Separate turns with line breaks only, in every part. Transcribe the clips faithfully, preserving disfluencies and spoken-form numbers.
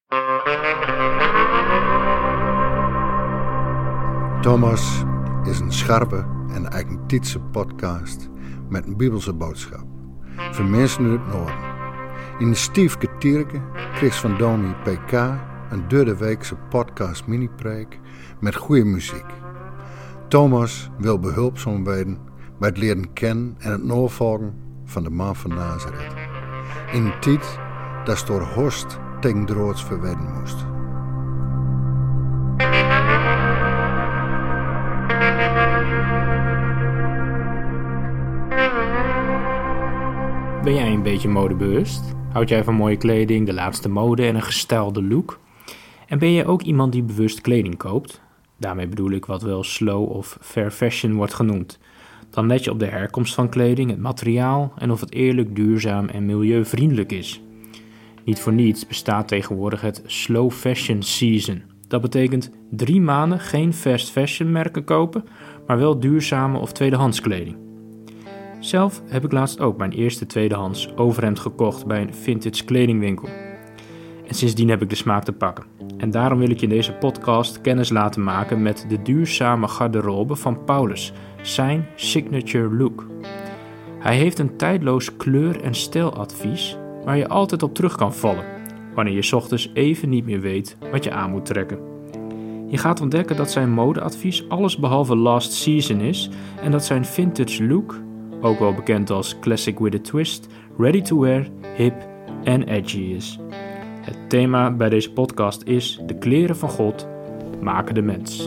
Thomas is een scherpe en eigentijdse podcast met een bibelse boodschap. Voor mensen uit het noorden. In de Stiefke Tierke kreeg van Domi P K een derde weekse podcast mini-preek met goede muziek. Thomas wil behulpzaam worden bij het leren kennen en het navolgen van de man van Nazareth. In een tijd dat ze door Horst tegen droods verwedden moest.
Ben jij een beetje modebewust? Houd jij van mooie kleding, de laatste mode en een gestylede look? En ben je ook iemand die bewust kleding koopt? Daarmee bedoel ik wat wel slow of fair fashion wordt genoemd. Dan let je op de herkomst van kleding, het materiaal en of het eerlijk, duurzaam en milieuvriendelijk is. Niet voor niets bestaat tegenwoordig het slow fashion season. Dat betekent drie maanden geen fast fashion merken kopen, maar wel duurzame of tweedehands kleding. Zelf heb ik laatst ook mijn eerste tweedehands overhemd gekocht bij een vintage kledingwinkel. En sindsdien heb ik de smaak te pakken. En daarom wil ik je in deze podcast kennis laten maken met de duurzame garderobe van Paulus, zijn signature look. Hij heeft een tijdloos kleur- en stijladvies waar je altijd op terug kan vallen, wanneer je 's ochtends even niet meer weet wat je aan moet trekken. Je gaat ontdekken dat zijn modeadvies allesbehalve last season is en dat zijn vintage look, ook wel bekend als classic with a twist, ready to wear, hip en edgy is. Het thema bij deze podcast is de kleren van God maken de mens.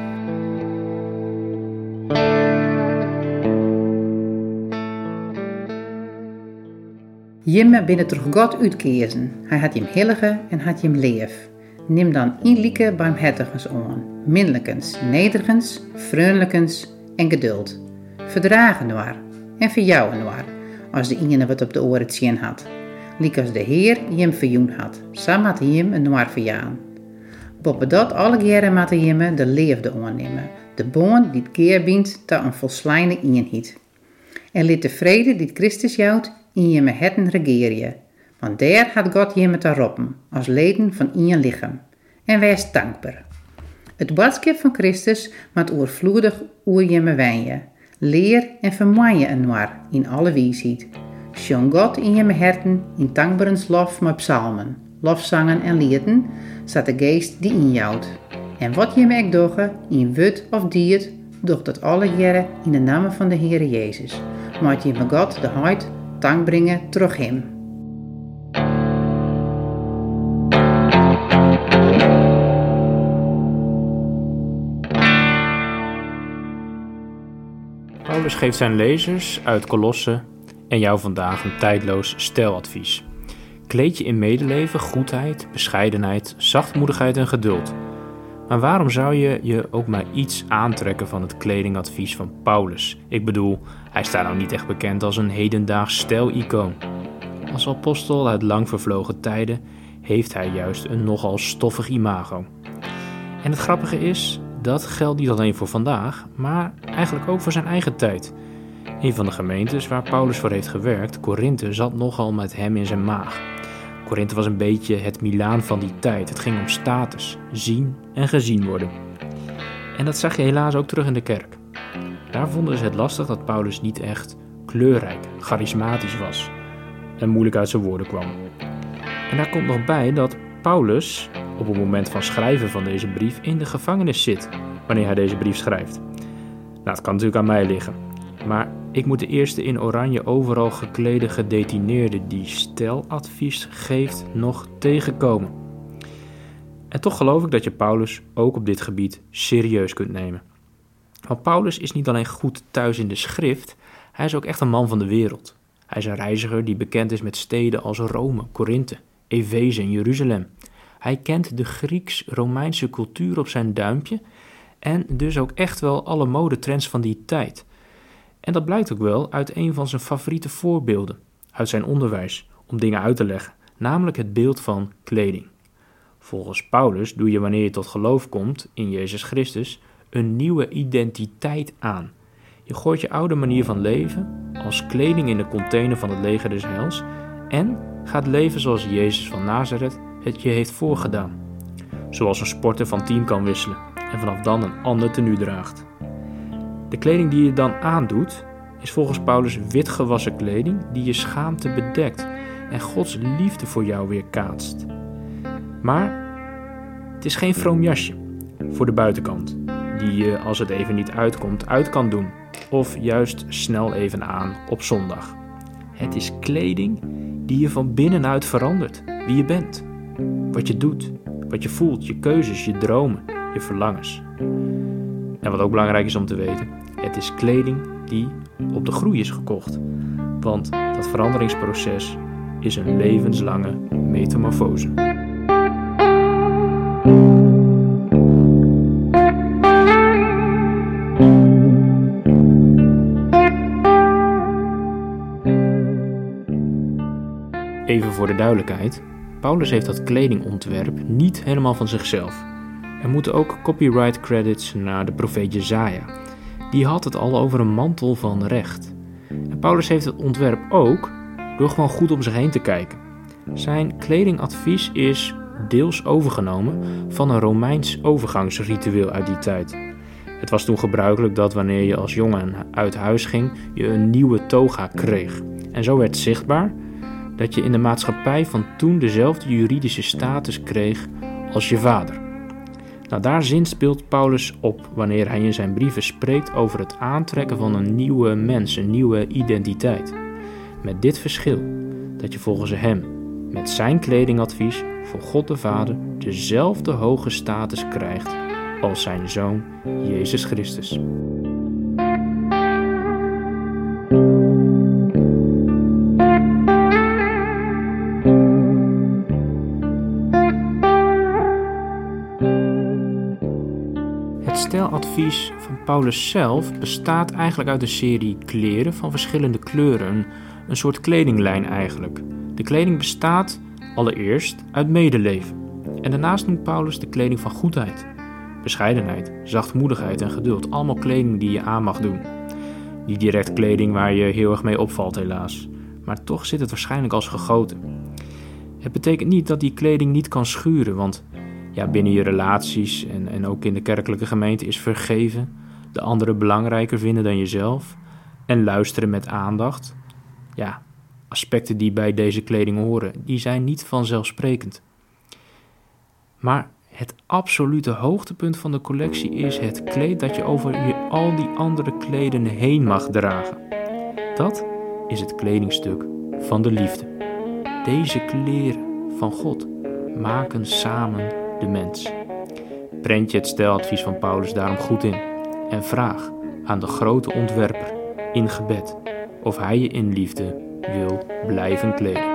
Jimme binnen toch God uitkezen. Hij had hem heilige en had hem leef. Neem dan inlieke barmhartigens aan, minlijkens, nedergens, vriendelijkens en geduld. Verdragen waar en verjouwen waar, als de ene wat op de oren zien had. Liek als de Heer hem verjoen had, sam had hij hem een noir verjaan. Boppe dat alle jaren had hij hem de leefde aannemen, de boon die het keer biedt tot een volslijne eenheid. En liet de vrede die Christus jouwt in je herten regeer, want daar had God je te roppen, als leden van één lichaam. En wees dankbaar. Het boodschap van Christus maakt oorvloedig oer je wijnje. Leer en vermoeien een noir in alle wijsheid. Sjong God in je herten in dankbaarens lof met psalmen, lofzangen en lieden, zat de geest die in jouwt. En wat je me ook dogge, in wut of diert, docht dat alle jaren in de naam van de Heere Jezus. Maakt je me God de huid dank brengen terug hem.
Paulus geeft zijn lezers uit Kolosse en jou vandaag een tijdloos stijladvies. Kleed je in medeleven, goedheid, bescheidenheid, zachtmoedigheid en geduld. Maar waarom zou je je ook maar iets aantrekken van het kledingadvies van Paulus? Ik bedoel, hij staat nou niet echt bekend als een hedendaags stijlicoon. Als apostel uit lang vervlogen tijden heeft hij juist een nogal stoffig imago. En het grappige is, dat geldt niet alleen voor vandaag, maar eigenlijk ook voor zijn eigen tijd. Een van de gemeentes waar Paulus voor heeft gewerkt, Korinthe, zat nogal met hem in zijn maag. Korinthe was een beetje het Milaan van die tijd. Het ging om status, zien en gezien worden. En dat zag je helaas ook terug in de kerk. Daar vonden ze het lastig dat Paulus niet echt kleurrijk, charismatisch was en moeilijk uit zijn woorden kwam. En daar komt nog bij dat Paulus op het moment van schrijven van deze brief in de gevangenis zit, wanneer hij deze brief schrijft. Nou, het kan natuurlijk aan mij liggen, maar ik moet de eerste in oranje overal geklede gedetineerde die stijladvies geeft nog tegenkomen. En toch geloof ik dat je Paulus ook op dit gebied serieus kunt nemen. Want Paulus is niet alleen goed thuis in de schrift, hij is ook echt een man van de wereld. Hij is een reiziger die bekend is met steden als Rome, Korinthe, Efeze en Jeruzalem. Hij kent de Grieks-Romeinse cultuur op zijn duimpje en dus ook echt wel alle modetrends van die tijd. En dat blijkt ook wel uit een van zijn favoriete voorbeelden, uit zijn onderwijs, om dingen uit te leggen, namelijk het beeld van kleding. Volgens Paulus doe je wanneer je tot geloof komt in Jezus Christus een nieuwe identiteit aan. Je gooit je oude manier van leven als kleding in de container van het leger des heils en gaat leven zoals Jezus van Nazareth het je heeft voorgedaan. Zoals een sporter van team kan wisselen en vanaf dan een ander tenue draagt. De kleding die je dan aandoet is volgens Paulus witgewassen kleding die je schaamte bedekt en Gods liefde voor jou weerkaatst. Maar het is geen vroom jasje voor de buitenkant, die je als het even niet uitkomt uit kan doen of juist snel even aan op zondag. Het is kleding die je van binnenuit verandert, wie je bent, wat je doet, wat je voelt, je keuzes, je dromen, je verlangens. En wat ook belangrijk is om te weten, het is kleding die op de groei is gekocht, want dat veranderingsproces is een levenslange metamorfose. Even voor de duidelijkheid, Paulus heeft dat kledingontwerp niet helemaal van zichzelf. Er moeten ook copyright credits naar de profeet Jesaja. Die had het al over een mantel van recht. En Paulus heeft het ontwerp ook door gewoon goed om zich heen te kijken. Zijn kledingadvies is deels overgenomen van een Romeins overgangsritueel uit die tijd. Het was toen gebruikelijk dat wanneer je als jongen uit huis ging, je een nieuwe toga kreeg. En zo werd zichtbaar dat je in de maatschappij van toen dezelfde juridische status kreeg als je vader. Nou, daar zinspeelt Paulus op wanneer hij in zijn brieven spreekt over het aantrekken van een nieuwe mens, een nieuwe identiteit. Met dit verschil, dat je volgens hem met zijn kledingadvies voor God de Vader dezelfde hoge status krijgt als zijn Zoon Jezus Christus. Het stijladvies van Paulus zelf bestaat eigenlijk uit een serie kleren van verschillende kleuren, een soort kledinglijn eigenlijk. De kleding bestaat allereerst uit medeleven. En daarnaast noemt Paulus de kleding van goedheid, bescheidenheid, zachtmoedigheid en geduld. Allemaal kleding die je aan mag doen. Niet direct kleding waar je heel erg mee opvalt helaas. Maar toch zit het waarschijnlijk als gegoten. Het betekent niet dat die kleding niet kan schuren, want ja, binnen je relaties en, en ook in de kerkelijke gemeente is vergeven, de anderen belangrijker vinden dan jezelf en luisteren met aandacht. Ja, aspecten die bij deze kleding horen, die zijn niet vanzelfsprekend. Maar het absolute hoogtepunt van de collectie is het kleed dat je over je al die andere kleden heen mag dragen. Dat is het kledingstuk van de liefde. Deze kleren van God maken samen de mens. Prent je het stijladvies van Paulus daarom goed in en vraag aan de grote ontwerper in gebed of hij je in liefde wil blijven kleden.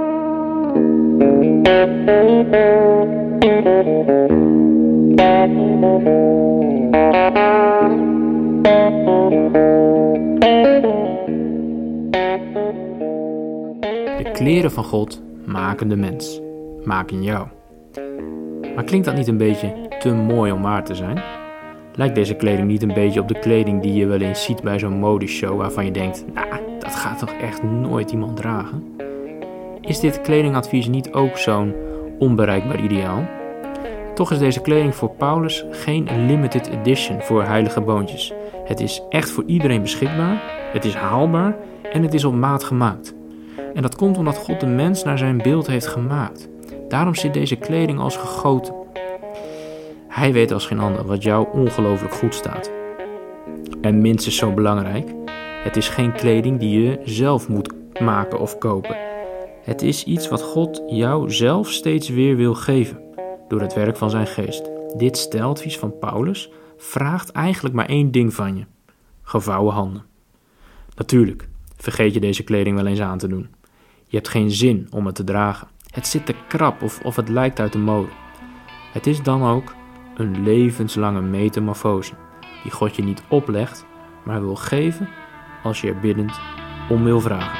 De kleren van God maken de mens, maken jou. Maar klinkt dat niet een beetje te mooi om waar te zijn? Lijkt deze kleding niet een beetje op de kleding die je wel eens ziet bij zo'n modeshow waarvan je denkt, nou, dat gaat toch echt nooit iemand dragen? Is dit kledingadvies niet ook zo'n onbereikbaar ideaal? Toch is deze kleding voor Paulus geen limited edition voor heilige boontjes. Het is echt voor iedereen beschikbaar, het is haalbaar en het is op maat gemaakt. En dat komt omdat God de mens naar zijn beeld heeft gemaakt. Daarom zit deze kleding als gegoten. Hij weet als geen ander wat jou ongelooflijk goed staat. En minstens zo belangrijk, het is geen kleding die je zelf moet maken of kopen. Het is iets wat God jou zelf steeds weer wil geven, door het werk van zijn geest. Dit stijladvies van Paulus vraagt eigenlijk maar één ding van je: gevouwen handen. Natuurlijk, vergeet je deze kleding wel eens aan te doen. Je hebt geen zin om het te dragen. Het zit te krap of, of het lijkt uit de mode. Het is dan ook een levenslange metamorfose die God je niet oplegt, maar wil geven als je er biddend om wil vragen.